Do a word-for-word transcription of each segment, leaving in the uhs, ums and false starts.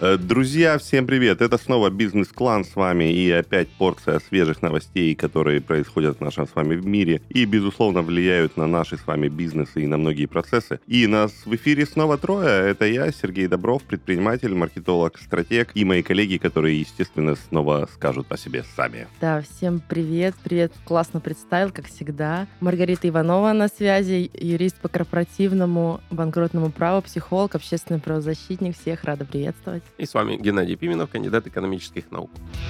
Э, Друзья, всем привет! Это снова Бизнес-клан с вами и опять порция свежих новостей, которые происходят в нашем с вами мире и, безусловно, влияют на наши с вами бизнесы и на многие процессы. И нас в эфире снова трое. Это я, Сергей Добров, предприниматель, маркетолог, стратег и мои коллеги, которые, естественно, снова скажут о себе сами. Да, всем привет. Привет, классно представил, как всегда. Маргарита Иванова на связи, юрист по корпоративному банкротному праву, психолог, общественный правозащитник. Всех рада приветствовать. И с вами Геннадий Пименов, кандидат экономических наук.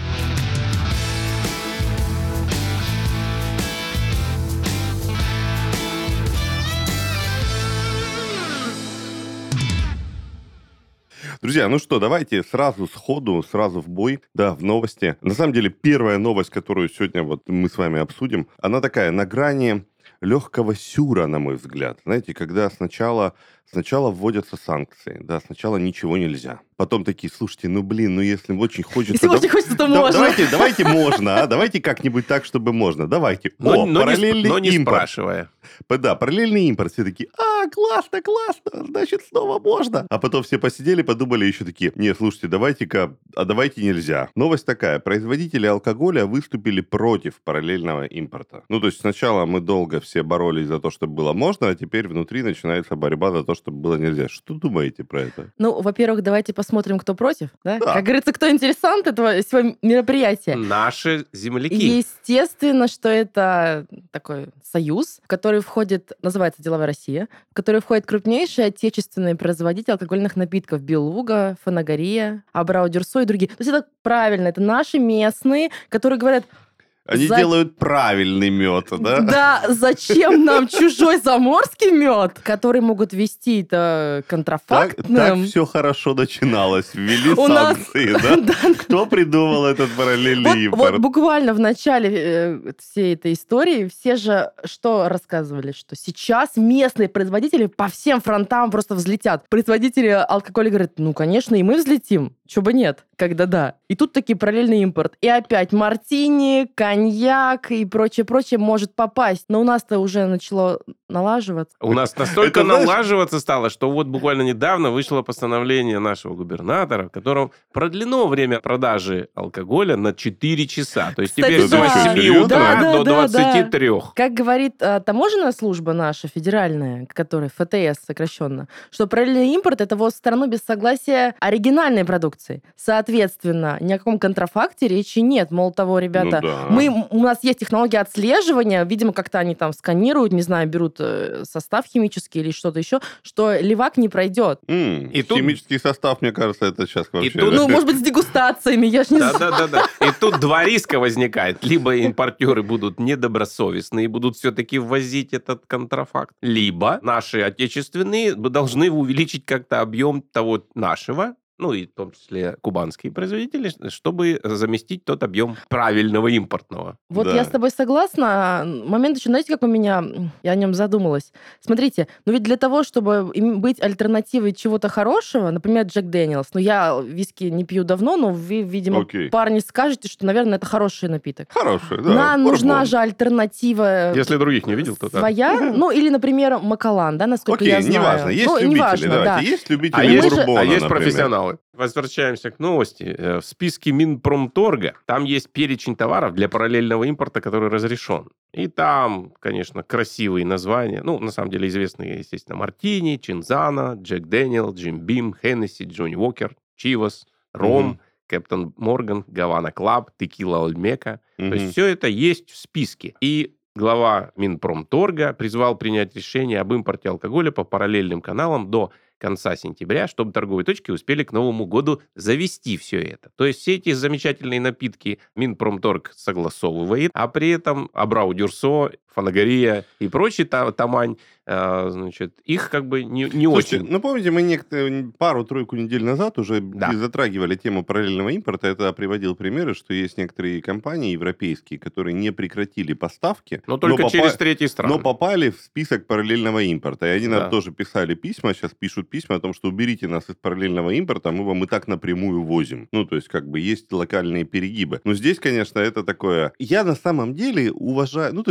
Друзья, ну что, давайте сразу сходу, сразу в бой, да, в новости. На самом деле, первая новость, которую сегодня вот мы с вами обсудим, она такая на грани легкого сюра, на мой взгляд. Знаете, когда сначала, сначала вводятся санкции, да, сначала ничего нельзя. Потом такие, слушайте, ну блин, ну если очень хочется... Если да, очень хочется, то да, можно. Давайте, давайте можно, а, давайте как-нибудь так, чтобы можно. Давайте. Но, О, но, параллельный не, но не импорт. спрашивая. Да, параллельный импорт. Все такие, а, классно, классно, значит, снова можно. А потом все посидели, подумали еще такие, не, слушайте, давайте-ка, а давайте нельзя. Новость такая, производители алкоголя выступили против параллельного импорта. Ну, то есть сначала мы долго все боролись за то, чтобы было можно, а теперь внутри начинается борьба за то, чтобы было нельзя. Что думаете про это? Ну, во-первых, давайте посмотрим, кто против. Да? Да. Как говорится, кто интересант этого всего мероприятия. Наши земляки. Естественно, что это такой союз, в который входит, называется «Деловая Россия», в который входят крупнейшие отечественные производители алкогольных напитков: Белуга, Фанагория, Абрау Дюрсо и другие. То есть это правильно, это наши местные, которые говорят... Они За... делают правильный мед, да? Да, зачем нам чужой заморский мед, который могут вести это контрафактным? Так, так все хорошо начиналось. Ввели У нас- санкции, да? Да. Кто придумал этот параллельный Вот, импорт? вот буквально в начале э, всей этой истории все же что рассказывали, что сейчас местные производители по всем фронтам просто взлетят. Производители алкоголя говорят, ну, конечно, и мы взлетим. Чего бы нет, когда да. И тут таки параллельный импорт. И опять мартини, коньяк и прочее-прочее может попасть. Но у нас-то уже начало налаживаться. У нас настолько Это, знаешь- налаживаться стало, что вот буквально недавно вышло постановление нашего губернатора, в котором продлено время продажи алкоголя на четыре часа. То есть Кстати, теперь с да. восьми Серьезно? утра Да, да, до да, двадцати да. трёх. Как говорит а, таможенная служба наша, федеральная, которая эф тэ эс сокращенно, что параллельный импорт — это ввоз в страну без согласия оригинальной продукции. Соответственно, ни о каком контрафакте речи нет. Мол, того, ребята, Ну да. мы, у нас есть технология отслеживания, видимо, как-то они там сканируют, не знаю, берут э, состав химический или что-то еще, что левак не пройдет. М, И тут- Химический состав, мне кажется, это сейчас вообще... тут- Ну, может быть, с дегустациями, я ж не знаю. Да-да-да. И тут два риска возникает. Либо импортеры будут недобросовестны и будут все-таки ввозить этот контрафакт, либо наши отечественные должны увеличить как-то объем того нашего, ну и в том числе кубанские производители, чтобы заместить тот объем правильного импортного. Вот Да. я с тобой согласна. Момент еще, знаете, как у меня, я о нем задумалась. Смотрите, ну ведь для того, чтобы им быть альтернативой чего-то хорошего, например, Джек Дэниелс, ну я виски не пью давно, но вы, видимо, Окей. парни скажете, что, наверное, это хороший напиток. Хороший, да. Нам нужна бурбон. же альтернатива Если других не видел, то да. своя. Ну, или, например, Макалан, да, насколько Окей, я знаю. неважно. Есть ну, любители, неважно, давайте. да. Есть любители А есть, бурбона, а есть например. профессионалы. Возвращаемся к новости. Э, В списке Минпромторга там есть перечень товаров для параллельного импорта, который разрешен. И там, конечно, красивые названия. Ну, на самом деле известные, естественно, Мартини, Чинзана, Джек Дэниел, Джим Бим, Хеннесси, Джонни Уокер, Чивас, Ром, Мгм. Кэптон Морган, Гавана Клаб, Текила Ольмека. То Мгм. есть все это есть в списке. И глава Минпромторга призвал принять решение об импорте алкоголя по параллельным каналам до конца сентября, чтобы торговые точки успели к Новому году завести все это. То есть все эти замечательные напитки Минпромторг согласовывает, а при этом Абрау Дюрсо, Фанагория и прочий та- тамань, э, значит, их как бы не, не Слушайте, очень. ну помните, мы некоторые, пару-тройку недель назад уже Да. и затрагивали тему параллельного импорта. Это приводил примеры, что есть некоторые компании европейские, которые не прекратили поставки, Но только попа- через третьи страны. но попали в список параллельного импорта. И они нам Да. тоже писали письма, сейчас пишут письма о том, что уберите нас из параллельного импорта, мы вам и так напрямую возим. Ну, то есть, как бы, есть локальные перегибы. Но здесь, конечно, это такое... Я на самом деле уважаю... Ну, то есть,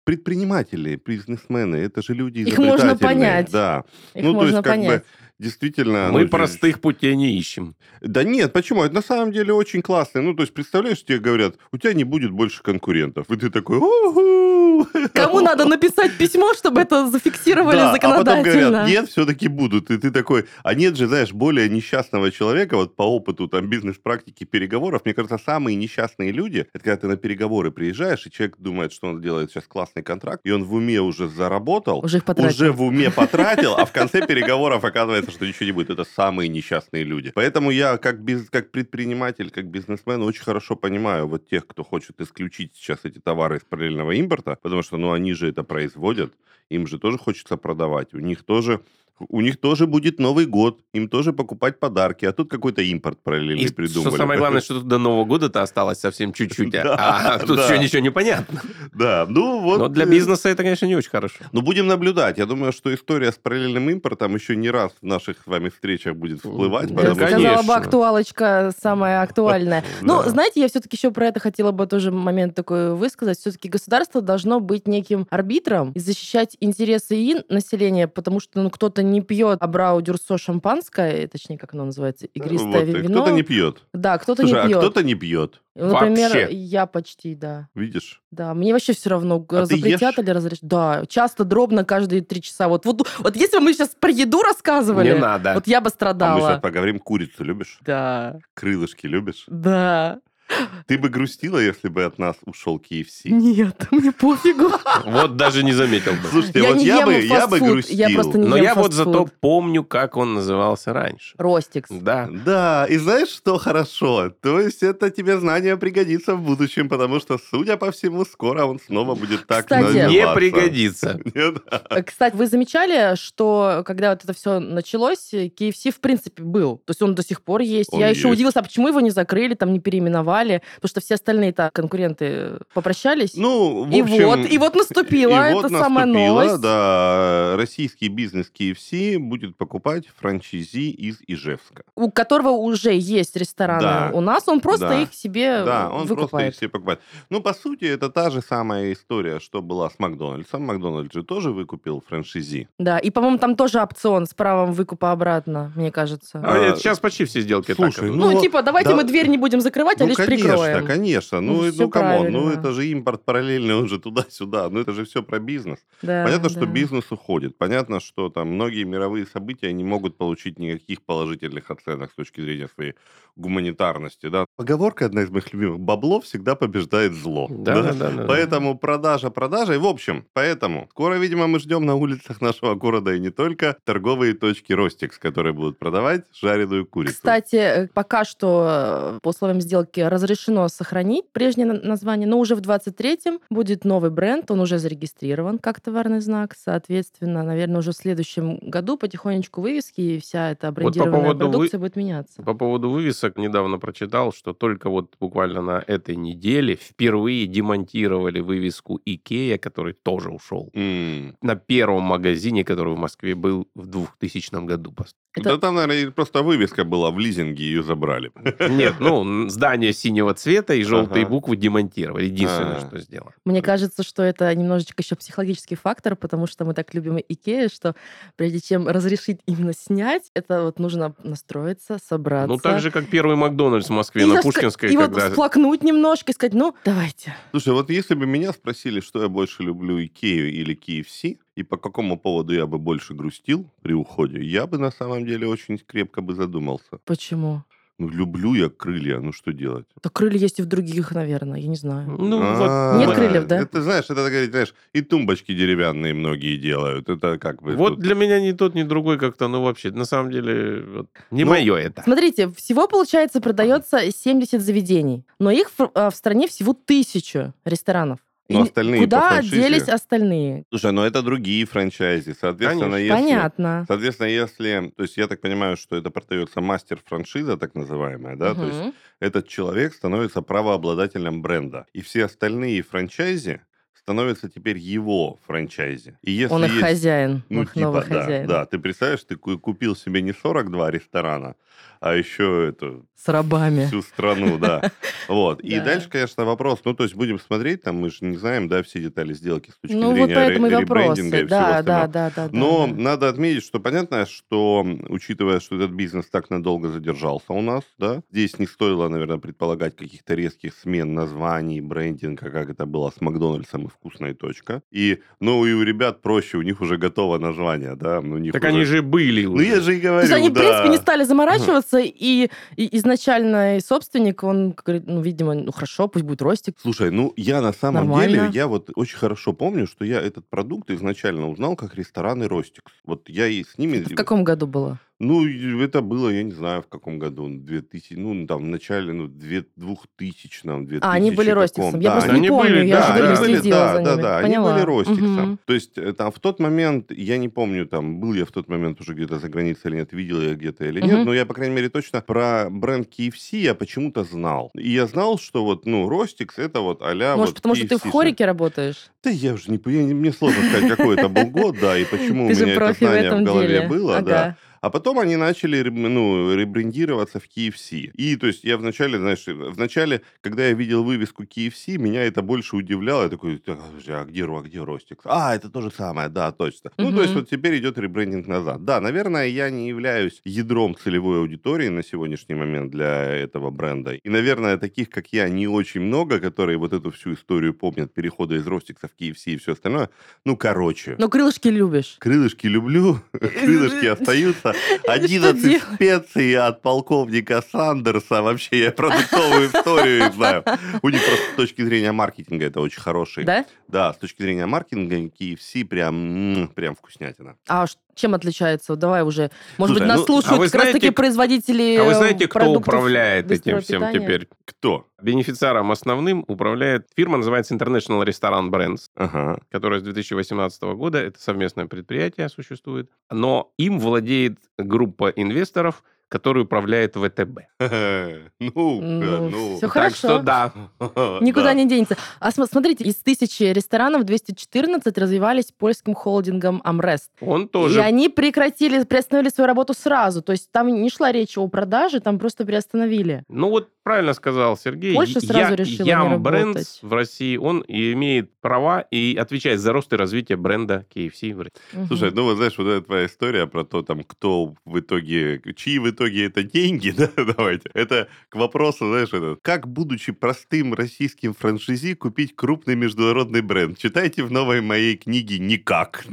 предприниматели, бизнесмены, это же люди Их можно изобретательные. понять. Да. Их Ну, то можно есть, как понять. бы, действительно... Мы ну, простых путей не ищем. Да нет, почему? Это на самом деле очень классно. Ну, то есть, представляешь, тебе говорят, у тебя не будет больше конкурентов. И ты такой... «У-ху». Кому надо написать письмо, чтобы это зафиксировали Да, а потом законодательно? говорят, нет, все-таки будут. И ты такой, а нет же, знаешь, более несчастного человека, вот по опыту там бизнес-практики переговоров, мне кажется, самые несчастные люди, это когда ты на переговоры приезжаешь, и человек думает, что он делает сейчас классный контракт, и он в уме уже заработал, Уже их потратил. уже в уме потратил, а в конце переговоров оказывается, что ничего не будет. Это самые несчастные люди. Поэтому я как, биз- как предприниматель, как бизнесмен очень хорошо понимаю вот тех, кто хочет исключить сейчас эти товары из параллельного импорта, потому что, ну, они же это производят, им же тоже хочется продавать, у них тоже... У них тоже будет Новый год, им тоже покупать подарки, а тут какой-то импорт параллельный И придумали. что самое главное, что тут до Нового года-то осталось совсем чуть-чуть, а- Да, а тут да. еще ничего не понятно. Да, ну вот... Но для э, бизнеса это, конечно, не очень хорошо. Ну, будем наблюдать. Я думаю, что история с параллельным импортом еще не раз в наших с вами встречах будет всплывать. Да, Я потому что- сказала бы, конечно. актуалочка самая актуальная. Ну, Да. знаете, я все-таки еще про это хотела бы тоже момент такой высказать. Все-таки государство должно быть неким арбитром и защищать интересы и населения, потому что ну, кто-то не пьет абрау дюрсо шампанское, точнее, как оно называется, игристое Вот, и вино. кто-то не пьет. Да, кто-то Слушай, не а пьет. кто-то не пьет. Например, Вообще. я почти, да. Видишь? Да, мне вообще все равно, А ты запретят ешь? или разрешат. Да, часто, дробно, каждые три часа. Вот, вот, вот если бы мы сейчас про еду рассказывали, Не надо. вот я бы А мы страдала. сейчас поговорим. Курицу любишь? Да, Крылышки любишь? да. Ты бы грустила, если бы от нас ушел кей эф си? Нет, мне пофигу. Вот даже не заметил бы. Слушайте, Я вот не я ем бы, я бы фастфуд, грустил. я просто не Но ем я вот фастфуд. зато помню, как он назывался раньше. Ростикс. Да. Да, и знаешь, что хорошо? То есть это тебе знание пригодится в будущем, потому что, судя по всему, скоро он снова будет так Кстати, называться. Не пригодится. Нет? Э, Кстати, вы замечали, что когда вот это все началось, кей эф си в принципе был. То есть он до сих пор есть. Он Я еще есть. удивилась, а почему его не закрыли, там не переименовали, потому что все остальные-то конкуренты попрощались. Ну, в и общем, вот, и вот наступила и эта вот самая наступила, новость. да, российский бизнес кей эф си будет покупать франчайзи из Ижевска. У которого уже есть рестораны Да. у нас, он просто Да. их себе Да, он просто их выкупает. себе покупает. Ну, по сути, это та же самая история, что была с Макдональдсом. Макдональдс же тоже выкупил франшизи. Да, и, по-моему, там тоже опцион с правом выкупа обратно, мне кажется. А А, это сейчас почти все сделки слушай, так. идут. Ну, ну, типа, давайте да- мы дверь не будем закрывать, а Ну, лишь конечно, прикроем. конечно. Ну, Ну, и- всё ну, камон, ну, правильно. это же импорт параллельный, он же туда-сюда. Ну, это же все про бизнес. Да, Понятно, что да. бизнес уходит. Понятно, что там многие мировые события не могут получить никаких положительных оценок с точки зрения своей гуманитарности. Да? Поговорка одна из моих любимых. Бабло всегда побеждает зло. Да, да, да, да. Поэтому продажа, продажа. И в общем, поэтому скоро, видимо, мы ждем на улицах нашего города и не только торговые точки Ростикс, которые будут продавать жареную курицу. Кстати, э, пока что э, по условиям сделки разрешено сохранить прежнее на- название, но уже в двадцать третьем будет новый бренд, он уже зарегистрирован как товарный знак, соответственно, наверное, уже в следующем году потихонечку вывески и вся эта брендированная поводу вы- продукция будет меняться. По поводу вывесок недавно прочитал, что только вот буквально на этой неделе впервые демонтировали вывеску Икея, который тоже ушел. М. На первом магазине, который в Москве был в двухтысячном году. пост- Это- Да там, наверное, просто вывеска была в лизинге, ее забрали. Нет, ну, здание синего цвета и желтые Ага. буквы демонтировали. Единственное, А. что сделано. Мне кажется, что это немножечко еще психологический фактор, потому что мы так любим Икею, что прежде чем разрешить именно снять, это вот нужно настроиться, собраться. Ну, так же, как первый Макдональдс в Москве И на зашка- Пушкинской, и когда... вот всплакнуть немножко и сказать, ну, давайте. Слушай, вот если бы меня спросили, что я больше люблю, Икею или кей эф си, и по какому поводу я бы больше грустил при уходе, я бы на самом деле очень крепко бы задумался. Почему? Ну, люблю я крылья, ну что делать? То крылья есть и в других, наверное, я не знаю. Ну, А, вот, Нет вот- крыльев, да? Это, знаешь, это, говорить, знаешь, и тумбочки деревянные многие делают. Это как бы... Вот тут- для меня ни тот, ни другой как-то, ну, вообще, на самом деле, вот, не Ну, мое это. Смотрите, всего, получается, продается семьдесят заведений, но их в, а, в стране всего тысяча ресторанов. Но И остальные куда по франшизе. делись остальные? Слушай, ну это другие франчайзи. Соответственно, Конечно. если... Понятно. Соответственно, если... То есть я так понимаю, что это продается мастер-франшиза, так называемая, да? То есть Мгм. этот человек становится правообладателем бренда. И все остальные франчайзи становится теперь его франчайзи. И если Он их есть, хозяин, ну, их типа, новый да, хозяин. да, ты представляешь, ты ку- купил себе не сорок два ресторана, а еще это С рабами. всю страну, да. Вот. И Да. дальше, конечно, вопрос, ну, то есть будем смотреть, там мы же не знаем, да, все детали сделки с точки Ну, вот зрения ре- поэтому и ребрендинга вопросы. и всего Да, да, остального. да, да, да, Но да. надо отметить, что понятно, что м, учитывая, что этот бизнес так надолго задержался у нас, да, здесь не стоило, наверное, предполагать каких-то резких смен названий, брендинга, как это было с Макдональдсом и «Вкусная точка». И, ну, и у ребят проще, у них уже готово название, да, у них Так уже... они же были Ну, я уже. же и То говорю, есть они, в принципе, не да. стали заморачиваться, и, и изначально собственник, он говорит, ну, видимо, ну, хорошо, пусть будет ростик. Слушай, ну я на самом Нормально. деле, я вот очень хорошо помню, что я этот продукт изначально узнал как рестораны Ростикс. Вот я и с ними... Это в каком году было? Ну, и это было, я не знаю, в каком году, две тысячи, ну, там, в начале, ну, две- двухтысячном, А, они были Ростиксом. каком, Я да. просто Они не помню, были, я да, же Да, говорю, они не были, следила да, за да, ними. да, они Поняла. были Ростиксом. Мгм. То есть э, там в тот момент, я не помню, там, был я в тот момент уже где-то за границей или нет, видел я где-то или нет, Мгм. но я, по крайней мере, точно про бренд кей эф си я почему-то знал. И я знал, что вот, ну, Ростикс это вот а-ля Может, вот потому что ты в кей эф си-шный. хорике работаешь? Да я уже не... по- я не- Мне сложно сказать, какой это был год, да, и почему у Ты же меня это профи в знание в этом голове деле. было, да. Ага. А потом они начали реб- ну, ребрендироваться в кей эф си. И, то есть, я вначале, знаешь, вначале, когда я видел вывеску кей эф си, меня это больше удивляло. Я такой, «Так, подожди, а где, Ро- а где Ростикс? А, это то же самое, да, точно. Ну, то есть, Мгм. вот теперь идет ребрендинг назад. Да, наверное, я не являюсь ядром целевой аудитории на сегодняшний момент для этого бренда. И, наверное, таких, как я, не очень много, которые вот эту всю историю помнят, перехода из Ростикса в кей эф си и все остальное. Ну, короче. Но крылышки любишь. Крылышки люблю, крылышки остаются. Что одиннадцать делать? специй от полковника Сандерса. Вообще, я продуктовую историю знаю. У них просто с точки зрения маркетинга это очень хороший. Да? Да, с точки зрения маркетинга кей эф си прям, м, прям вкуснятина. А ш- чем отличается? Вот давай уже. Может Слушай, быть, нас ну, слушают а вы как раз-таки знаете, производители А вы э, знаете, кто продуктов управляет быстрого этим всем питания? теперь? Кто? Бенефициаром основным управляет фирма, называется International Restaurant Brands, Ага. которая с две тысячи восемнадцатого года, это совместное предприятие существует, но им владеет группа инвесторов, который управляет вэ тэ бэ. Ну, Ну, ну. всё Так хорошо. что да. Никуда Да. не денется. А см- смотрите, из тысячи ресторанов двести четырнадцать развивались польским холдингом Amrest. Он И тоже... они прекратили, приостановили свою работу сразу. То есть там не шла речь о продаже, там просто приостановили. Ну вот правильно сказал Сергей. Польша Я- сразу решила не Ям Brands работать. в России, он и имеет права и отвечает за рост и развитие бренда кей эф си в России. Мгм. Слушай, ну вот знаешь, вот эта твоя история про то, там, кто в итоге, чьи в итоге это деньги, да, давайте. Это к вопросу, знаешь, это, как, будучи простым российским франшизи, купить крупный международный бренд? Читайте в новой моей книге «Никак».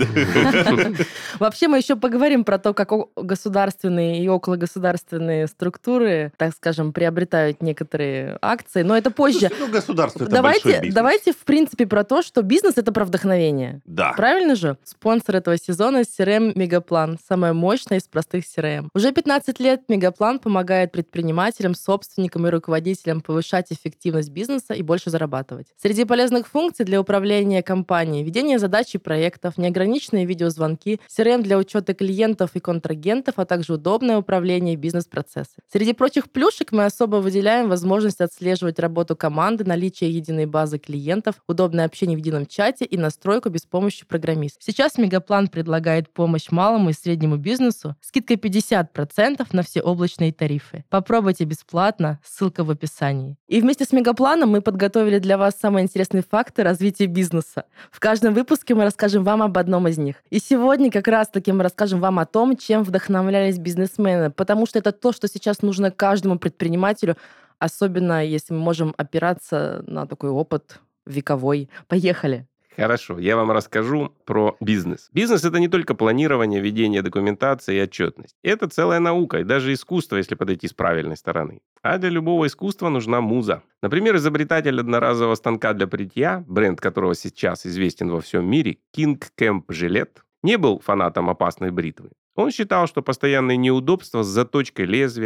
Вообще мы еще поговорим про то, как о- государственные и окологосударственные структуры, так скажем, приобретают некоторые акции, но это позже. Слушай, ну, государство – это большой Давайте, бизнес. давайте, в принципе, про то, что бизнес — это про вдохновение. Да. Правильно же? Спонсор этого сезона — си эр эм Мегаплан, самая мощная из простых си эр эм. Уже пятнадцать лет Мегаплан помогает предпринимателям, собственникам и руководителям повышать эффективность бизнеса и больше зарабатывать. Среди полезных функций для управления компанией — ведение задач и проектов, неограниченные видеозвонки, си эр эм для учета клиентов и контрагентов, а также удобное управление бизнес-процессами. Среди прочих плюшек мы особо выделяем возможность отслеживать работу команды, наличие единой базы клиентов, удобное общение в едином чате и настройку без помощи программиста. Сейчас Мегаплан предлагает помощь малому и среднему бизнесу, скидка пятьдесят процентов на все облачные тарифы. Попробуйте бесплатно, ссылка в описании. И вместе с Мегапланом мы подготовили для вас самые интересные факты развития бизнеса. В каждом выпуске мы расскажем вам об одном из них. И сегодня как раз-таки мы расскажем вам о том, чем вдохновлялись бизнесмены, потому что это то, что сейчас нужно каждому предпринимателю, особенно если мы можем опираться на такой опыт вековой. Поехали! Хорошо, я вам расскажу про бизнес. Бизнес — это не только планирование, ведение документации и отчетность. Это целая наука и даже искусство, если подойти с правильной стороны. А для любого искусства нужна муза. Например, изобретатель одноразового станка для бритья, бренд которого сейчас известен во всем мире, King Camp Gillette, не был фанатом опасной бритвы. Он считал, что постоянные неудобства с заточкой лезвия,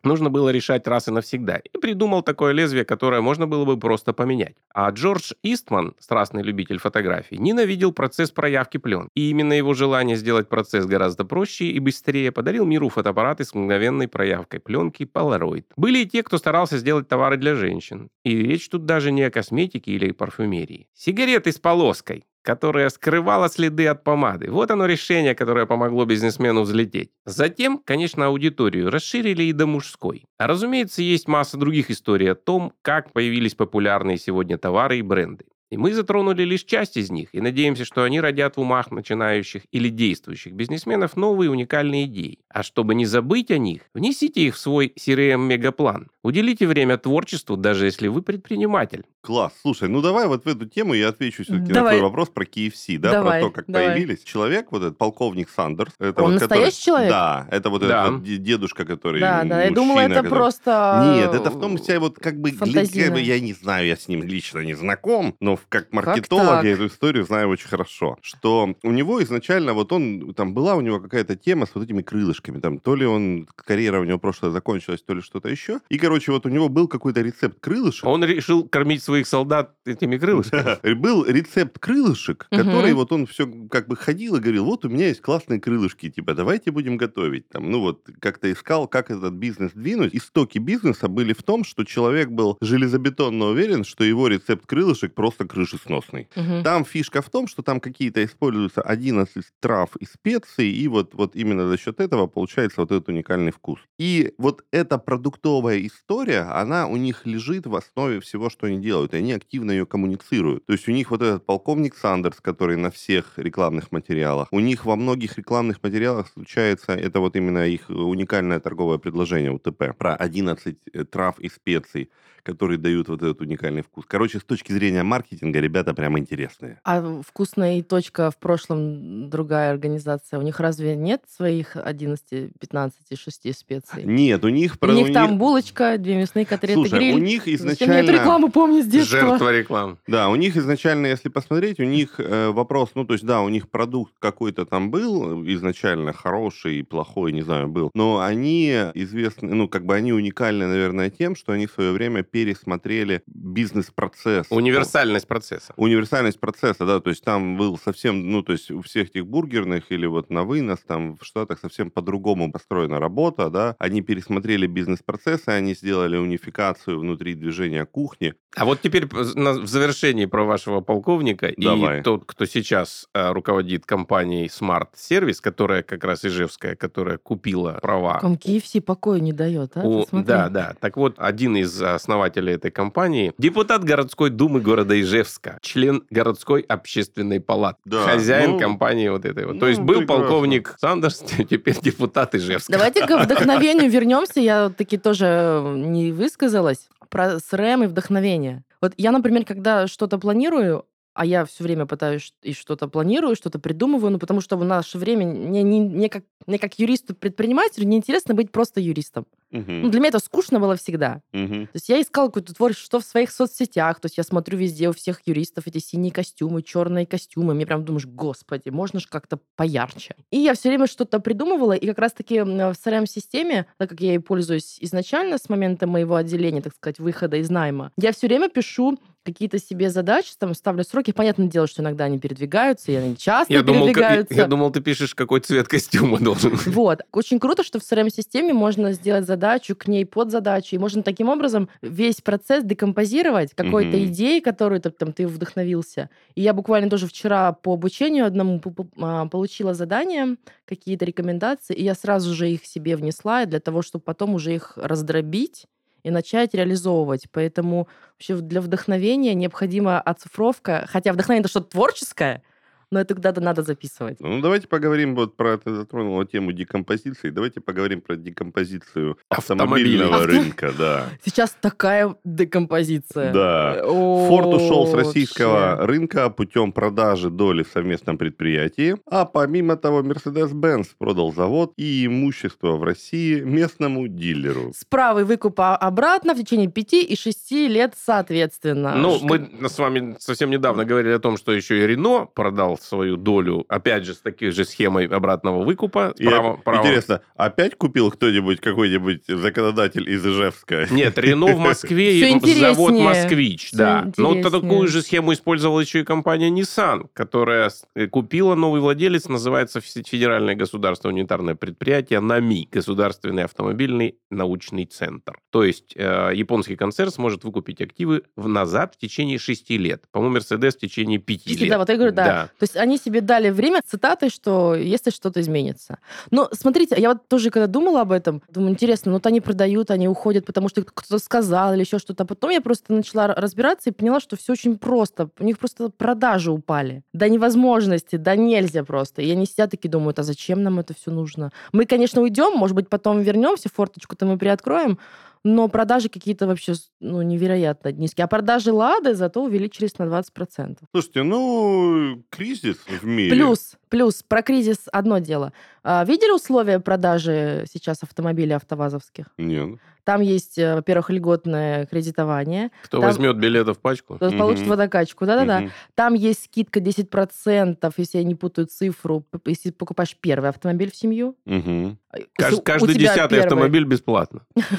нужно было решать раз и навсегда. И придумал такое лезвие, которое можно было бы просто поменять. А Джордж Истман, страстный любитель фотографий, ненавидел процесс проявки пленки. И именно его желание сделать процесс гораздо проще и быстрее подарил миру фотоаппараты с мгновенной проявкой пленки Polaroid. Были и те, кто старался сделать товары для женщин. И речь тут даже не о косметике или парфюмерии. Сигареты с полоской, которая скрывала следы от помады. Вот оно решение, которое помогло бизнесмену взлететь. Затем, конечно, аудиторию расширили и до мужской. А разумеется, есть масса других историй о том, как появились популярные сегодня товары и бренды. И мы затронули лишь часть из них, и надеемся, что они родят в умах начинающих или действующих бизнесменов новые уникальные идеи. А чтобы не забыть о них, внесите их в свой си ар эм-мегаплан. Уделите время творчеству, даже если вы предприниматель. Класс. Слушай, ну давай вот в эту тему я отвечу все-таки Давай. на твой вопрос про кей эф си, да, Давай, про то, как давай. появились. Человек, вот этот полковник Сандерс. Это Он вот, который- настоящий человек? Да, это вот Да. этот вот де- дедушка, который Да, да, я мужчина, думала, это который- просто... Нет, это в том числе вот как бы, фантазийно. как бы, я не знаю, я с ним лично не знаком, но в- как маркетолог так? я эту историю знаю очень хорошо, что у него изначально вот он, там была у него какая-то тема с вот этими крылышками, там то ли он, карьера у него прошлая закончилась, то ли что-то еще, и, короче, вот у него был какой-то рецепт крылышек. Он решил кормить своих солдат этими крылышками. Был рецепт крылышек, Мгм. который вот он все как бы ходил и говорил, вот у меня есть классные крылышки, типа, давайте будем готовить. Там, ну вот, как-то искал, как этот бизнес двинуть. Истоки бизнеса были в том, что человек был железобетонно уверен, что его рецепт крылышек просто крышесносный. Мгм. Там фишка в том, что там какие-то используются одиннадцать трав и специй, и вот, вот именно за счет этого получается вот этот уникальный вкус. И вот эта продуктовая история, она у них лежит в основе всего, что они делают, и они активно ее коммуницируют. То есть у них вот этот полковник Сандерс, который на всех рекламных материалах, у них во многих рекламных материалах случается, это вот именно их уникальное торговое предложение УТП, про одиннадцать трав и специй, которые дают вот этот уникальный вкус. Короче, с точки зрения маркетинга, ребята прям интересные. А «Вкусная и точка» в прошлом другая организация. У них разве нет своих одиннадцати, пятнадцати, шести специй? Нет, у них... У про- них там булочка, две мясные котлеты, Слушай, гриль. у них Зачем я изначально... эту рекламу помню с детства? Жертва рекламы. Да, у них изначально, если посмотреть, у них э, вопрос, ну, то есть, да, у них продукт какой-то там был изначально хороший, плохой, не знаю, был, но они известны, ну, как бы они уникальны, наверное, тем, что они в свое время пересмотрели бизнес-процесс. Универсальность процесса. Универсальность процесса, да, то есть там был совсем, ну, то есть у всех этих бургерных или вот на вынос, там в Штатах совсем по-другому построена работа, да, они пересмотрели бизнес-процессы, они сделали унификацию внутри движения кухни. А вот теперь на- в завершении про вашего полковника Давай. и тот, кто сейчас э, руководит компанией Smart Service, которая как раз ижевская, которая купила права. Ком кей эф си покоя не дает, а? У- Ты смотри. да, да. Так вот, один из основателей этой компании, депутат городской думы города Ижевска, член городской общественной палаты, Да, хозяин ну, компании вот этой вот. ну, То есть был прекрасно. полковник Сандерс, теперь депутат Ижевска. Давайте к вдохновению вернемся. Я таки тоже не высказалась про эс эр эм и вдохновение. Вот я, например, когда что-то планирую, а я все время пытаюсь и что-то планирую, что-то придумываю, ну, потому что в наше время мне, не, мне, как, мне как юристу-предпринимателю неинтересно быть просто юристом. Мгм, Ну, для меня это скучно было всегда. мгм. То есть я искала какое-то творчество в своих соцсетях, то есть я смотрю везде у всех юристов эти синие костюмы, черные костюмы, мне прям думаешь, господи, можно же как-то поярче. И я все время что-то придумывала, и как раз-таки м, в эс эр эм-системе, так как я ей пользуюсь изначально с момента моего отделения, так сказать, выхода из найма, я все время пишу какие-то себе задачи, там ставлю сроки. Понятное дело, что иногда они передвигаются, и они часто Я думал, ка- передвигаются. я думал, ты пишешь, какой цвет костюма должен. Вот. Очень круто, что в эс эр эм-системе можно сделать задачу, к ней подзадачу, и можно таким образом весь процесс декомпозировать какой-то Мгм. идеей, которую ты, там, ты вдохновился. И я буквально тоже вчера по обучению одному пу- пу- а, получила задания, какие-то рекомендации, и я сразу же их себе внесла для того, чтобы потом уже их раздробить и начать реализовывать. Поэтому вообще для вдохновения необходима оцифровка, хотя вдохновение — это что-то творческое, но это куда-то надо записывать. Ну, давайте поговорим вот про, ты затронула тему декомпозиции, давайте поговорим про декомпозицию Автомобилей. автомобильного Авто- рынка, да. Сейчас такая декомпозиция. Да. О, Форд ушел с российского вообще. рынка путем продажи доли в совместном предприятии, а помимо того Mercedes-Benz продал завод и имущество в России местному дилеру. С правой выкупа обратно в течение пяти и шести лет соответственно. Ну, Ш- мы с вами совсем недавно говорили о том, что еще и Рено продал свою долю, опять же, с такой же схемой обратного выкупа. И Право- оп- право- Интересно, опять купил кто-нибудь, какой-нибудь законодатель из Ижевска? Нет, Рено в Москве Всё и интереснее. завод «Москвич», Всё да. Но интереснее. такую же схему использовала еще и компания Nissan, которая с- э, купила новый владелец, называется Фе- Федеральное государственное унитарное предприятие НАМИ, Государственный автомобильный научный центр. То есть э, японский концерн сможет выкупить активы в- назад в течение шести лет. По-моему, Мерседес в течение пяти Если, лет. да, вот я говорю, да. То есть они себе дали время цитатой, что если что-то изменится. Но смотрите, я вот тоже когда думала об этом, думаю, интересно, ну вот они продают, они уходят, потому что кто-то сказал или еще что-то. А потом я просто начала разбираться и поняла, что все очень просто. У них просто продажи упали. До невозможности, да нельзя просто. И они сидят такие думают, а зачем нам это все нужно? Мы, конечно, уйдем, может быть, потом вернемся, форточку-то мы приоткроем, но продажи какие-то вообще ну, невероятно низкие. А продажи «Лады» зато увеличились на двадцать процентов. Слушайте, ну, кризис в мире. Плюс, плюс, про кризис одно дело. А, видели условия продажи сейчас автомобилей автовазовских? Нет. Там есть, э, во-первых, льготное кредитование. Кто Там- возьмет билеты в пачку? Кто получит Мгм. водокачку, да-да-да. Мгм. Там есть скидка десять процентов, если я не путаю цифру, п- если покупаешь первый автомобиль в семью. Мгм. Если Кажд- у каждый тебя десятый первый. автомобиль бесплатно.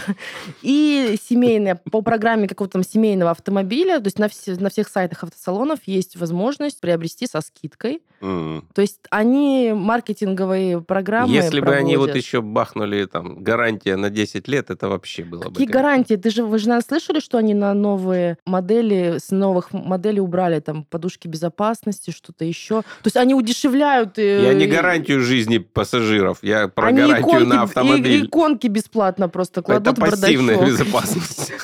И семейная, по программе какого-то там семейного автомобиля, то есть на, все- на всех сайтах автосалонов есть возможность приобрести со скидкой. М. То есть они маркетинговые программы Если бы они вот проводят. еще бахнули там гарантия на десять лет, это вообще было бы... Какие как- гарантии? Ты же, вы же, наверное, слышали, что они на новые модели, с новых моделей убрали там подушки безопасности, что-то еще. То есть они удешевляют... э, Я не гарантию жизни пассажиров, я про они гарантию иконки, на и- автомобиль. иконки бесплатно просто кладут Это в пассивная бардачок. безопасность.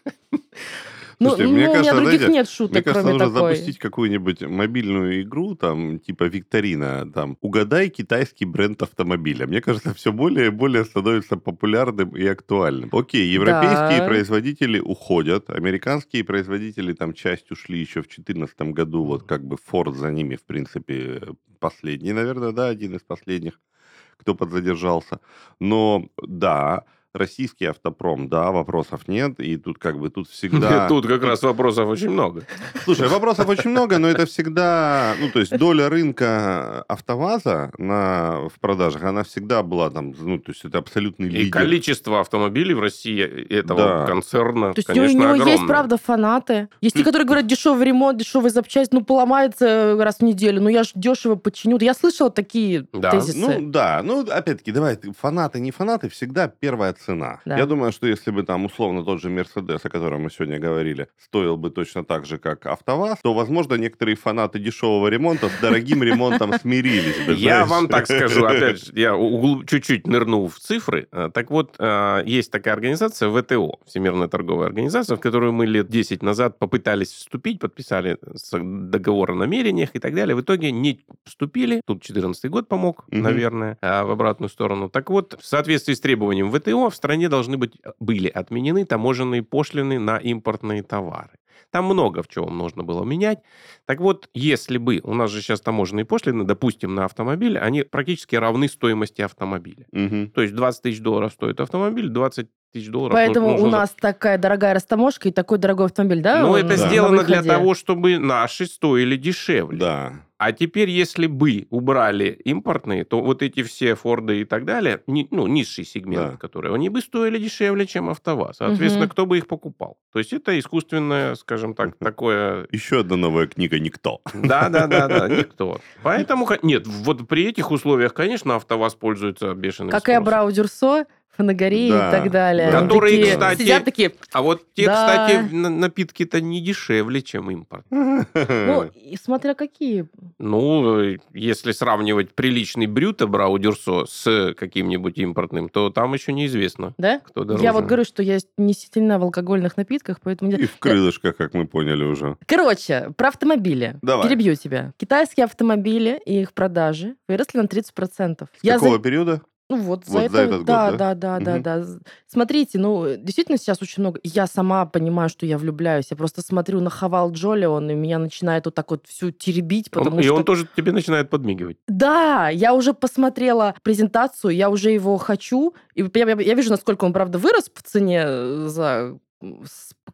Ну, Слушайте, ну, мне у меня кажется, других знаете, нет шуток, Мне кажется, кроме нужно такой. запустить какую-нибудь мобильную игру, там, типа викторина, там, угадай китайский бренд автомобиля. Мне кажется, все более и более становится популярным и актуальным. Окей, европейские Да. производители уходят, американские производители, там, часть ушли еще в две тысячи четырнадцатом году, вот как бы Ford за ними, в принципе, последний, наверное, да, один из последних, кто подзадержался. Но, да, российский автопром, да, вопросов нет, и тут как бы тут всегда... Тут как раз вопросов очень много. Слушай, вопросов очень много, но это всегда, ну, то есть доля рынка АвтоВАЗа на, в продажах, она всегда была там, ну, то есть это абсолютный И лидер. количество автомобилей в России этого Да. концерна, То есть у конечно, него огромное. есть, правда, фанаты. Есть те, которые говорят, дешевый ремонт, дешевая запчасть, ну, поломается раз в неделю, ну, я ж дешево починю. Я слышала такие Да. тезисы. Ну, да, ну, опять-таки, давай, фанаты, не фанаты, всегда первая цена. Да. Я думаю, что если бы там, условно, тот же Мерседес, о котором мы сегодня говорили, стоил бы точно так же, как АвтоВАЗ, то, возможно, некоторые фанаты дешевого ремонта с дорогим ремонтом смирились бы, Я знаешь. вам так скажу, опять же, я угл- чуть-чуть нырнул в цифры. Э, Так вот, э, есть такая организация ВТО, Всемирная торговая организация, в которую мы лет десять назад попытались вступить, подписали с- договор о намерениях и так далее. В итоге не вступили. Тут четырнадцатый год помог, Мгм. наверное, а, в обратную сторону. Так вот, в соответствии с требованием ВТО в стране должны быть, были отменены таможенные пошлины на импортные товары. Там много в чем нужно было менять. Так вот, если бы у нас же сейчас таможенные пошлины, допустим, на автомобиль, они практически равны стоимости автомобиля. Мгм. То есть двадцать тысяч долларов стоит автомобиль, двадцать тысяч долларов Поэтому нужно у за- нас такая дорогая растаможка и такой дорогой автомобиль, да? Ну, он это на сделано для выходе? того, чтобы наши стоили дешевле. Да. А теперь, если бы убрали импортные, то вот эти все Форды и так далее, ни- ну, низший сегмент, Да. которые, они бы стоили дешевле, чем АвтоВАЗ. Соответственно, Мгм. кто бы их покупал? То есть это искусственное, скажем так, такое... Еще одна новая книга «Никто». Да-да-да, никто. Поэтому, ко- нет, вот при этих условиях, конечно, АвтоВАЗ пользуется бешеным Как и спросом. Абрау Дюрсо, Фанагории Да, и так далее. да. Они Которые, такие кстати, сидят такие, А вот те, Да. кстати, на- напитки-то не дешевле, чем импорт. ну, и смотря какие. Ну, э, если сравнивать приличный брют Абрау Дюрсо с каким-нибудь импортным, то там еще неизвестно, Да? кто дороже. Я вот говорю, что я не сильна в алкогольных напитках, поэтому... И в крылышках, как мы поняли уже. Короче, про автомобили. Давай. Перебью тебя. Китайские автомобили и их продажи выросли на тридцать процентов. С Я за- какого периода? Ну вот, за, Вот это, за этот год, да, да? да, да, да, Мгм. да. З- Смотрите, ну, действительно сейчас очень много... Я сама понимаю, что я влюбляюсь. Я просто смотрю на Хавал Джоли, он и меня начинает вот так вот всю теребить, Он- потому и что... он тоже тебе начинает подмигивать. Да, я уже посмотрела презентацию, я уже его хочу. И я, я- я вижу, насколько он, правда, вырос в цене э, за м, с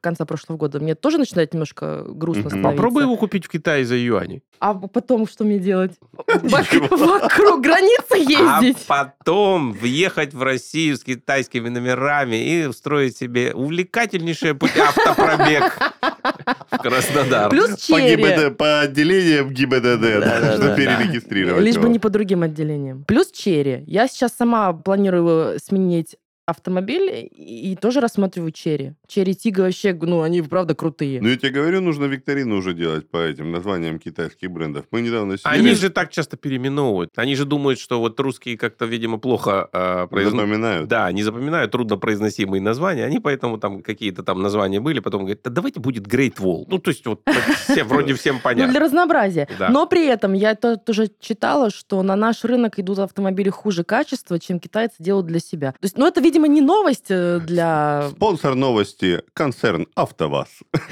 конца прошлого года, мне тоже начинает немножко грустно Мгм. становиться. Попробуй его купить в Китае за юани. А потом что мне делать? Ничего. Вокруг границы ездить? А потом въехать в Россию с китайскими номерами и устроить себе увлекательнейшее путь автопробег в Краснодар. Плюс По черри. ГИБДД, по отделениям ГИБДД, да, Да-да-да. чтобы перерегистрировать Лишь бы его. не по другим отделениям. Плюс черри. Я сейчас сама планирую сменить автомобиль и и тоже рассматриваю черри. Черри Тига вообще, ну, они правда крутые. Ну, я тебе говорю, нужно викторину уже делать по этим названиям китайских брендов. Мы недавно сидели, Они же так часто переименовывают. Они же думают, что вот русские как-то, видимо, плохо э, произносят. запоминают. Да, не запоминают труднопроизносимые названия. Они поэтому там какие-то там названия были, потом говорят, да давайте будет Great Wall. Ну, то есть вот все, вроде всем Ну, понятно. для разнообразия. Да. Но при этом я то- тоже читала, что на наш рынок идут автомобили хуже качества, чем китайцы делают для себя. То есть, ну, это, видимо, не новость э, для... Спонсор новости – концерн «АвтоВАЗ».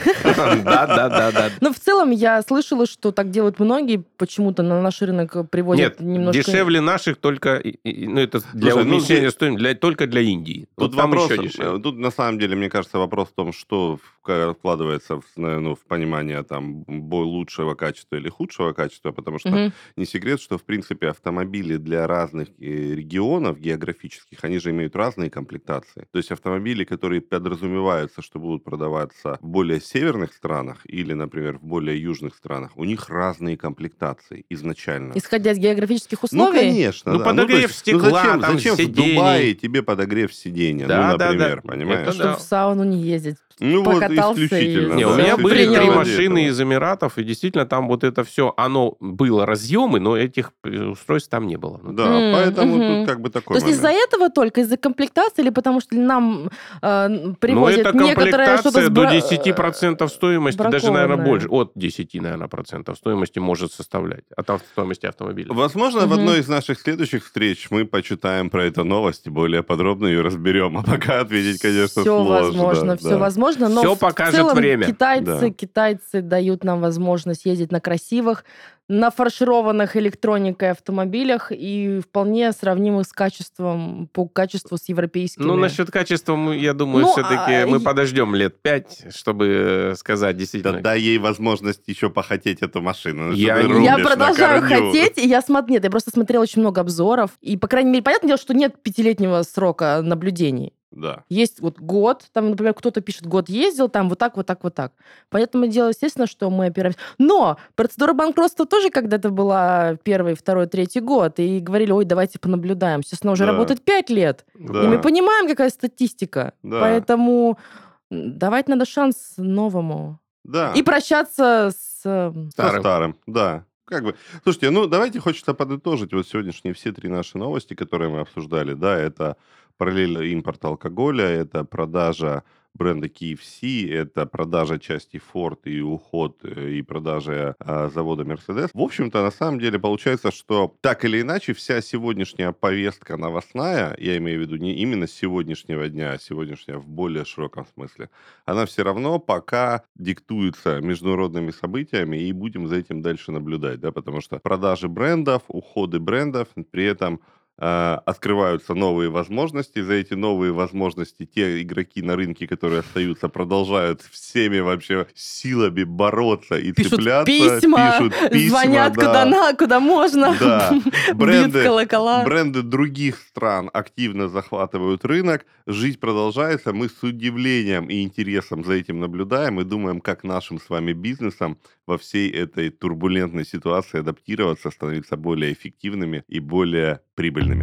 Да, да, да, да. Но в целом я слышала, что так делают многие, почему-то на наш рынок привозят Нет, немножко... дешевле наших только, и- и- ну, это для Слушай, ну, уменьшения здесь- стоимости, для- только для Индии. Тут Вот там вопрос, еще дешевле. э, тут на самом деле, мне кажется, вопрос в том, что в- вкладывается в, ну, в понимание там бо- лучшего качества или худшего качества, потому что Мгм. не секрет, что, в принципе, автомобили для разных э, регионов географических, они же имеют разные комплектации. То есть автомобили, которые подразумеваются, что будут продаваться в более северных странах или, например, в более южных странах, у них разные комплектации изначально. Исходя из географических Ну, условий... конечно, Ну, да. подогрев то есть, стекла, ну, зачем, там, зачем в сидений. Дубае тебе подогрев сиденья? Да, ну, да, например, да. понимаешь? Это Что да. в сауну не ездить. Ну, вот Покатался исключительно. и- Не, да, у меня всё, были принял три ради машины этого. из Эмиратов, и действительно там вот это все, оно было разъемы, но этих э, устройств там не было. Ну, Да, М, поэтому мгм. тут как бы То такой есть из-за момент. этого только, из-за комплектации, или потому что нам э, Ну, привозят это некоторое что-то комплектация с до бра- десять процентов стоимости, даже, наверное, бракованное. больше. От десять, наверное, процентов стоимости может составлять. От ав- стоимости автомобиля. Возможно, в Мгм. одной из наших следующих встреч мы почитаем про эту новость, более подробно ее разберем. А пока ответить, конечно, Все сложно. возможно, все да. возможно, но Всё в покажет целом время. китайцы, Да. китайцы дают нам возможность ездить на красивых, нафаршированных электроникой автомобилях и вполне сравнимых с качеством, по качеству с европейскими. Ну, насчет качества, мы, я думаю, Ну, все-таки а, мы и- подождем лет пять, чтобы э, сказать Да действительно. дай ей возможность еще похотеть эту машину. Ну, Я что ты не- рубишь Я на продолжаю корню? хотеть, и я смотрю, нет, я просто смотрела очень много обзоров, и, по крайней мере, понятное дело, что нет пятилетнего срока наблюдений. Да. Есть вот год, там, например, кто-то пишет, год ездил, там вот так, вот так, вот так. Поэтому дело, естественно, что мы опираемся. Но процедура банкротства тоже когда-то была первый, второй, третий год, и говорили, ой, давайте понаблюдаем. Сейчас она уже Да. работает пять лет, Да. и мы понимаем, какая статистика. Да. Поэтому м, давать надо шанс новому. Да. И прощаться с... э, Со Старым. старым, да. Как бы, слушайте, ну давайте хочется подытожить вот сегодняшние все три наши новости, которые мы обсуждали. Да, это параллельный импорт алкоголя, это продажа бренда кей эф си, это продажа части Ford и уход э, и продажа э, завода Mercedes. В общем-то, на самом деле получается, что так или иначе вся сегодняшняя повестка новостная, я имею в виду не именно с сегодняшнего дня, а сегодняшняя в более широком смысле, она все равно пока диктуется международными событиями, и будем за этим дальше наблюдать, да, потому что продажи брендов, уходы брендов, при этом э, открываются новые возможности, за эти новые возможности те игроки на рынке, которые остаются, продолжают всеми вообще силами бороться и Пишут цепляться, письма, пишут письма, звонят да. куда, на, куда можно, Да. бьют Бренды, колокола. бренды других стран активно захватывают рынок, жизнь продолжается, мы с удивлением и интересом за этим наблюдаем и думаем, как нашим с вами бизнесом во всей этой турбулентной ситуации адаптироваться, становиться более эффективными и более прибыльными.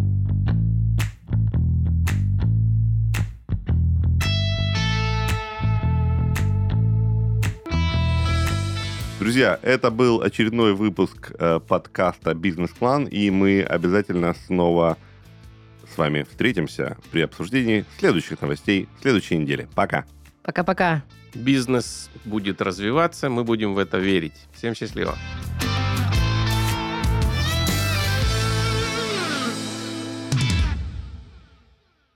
Друзья, это был очередной выпуск э, подкаста «Бизнес-план», и мы обязательно снова с вами встретимся при обсуждении следующих новостей следующей недели. Пока! Пока-пока. Бизнес будет развиваться, мы будем в это верить. Всем счастливо.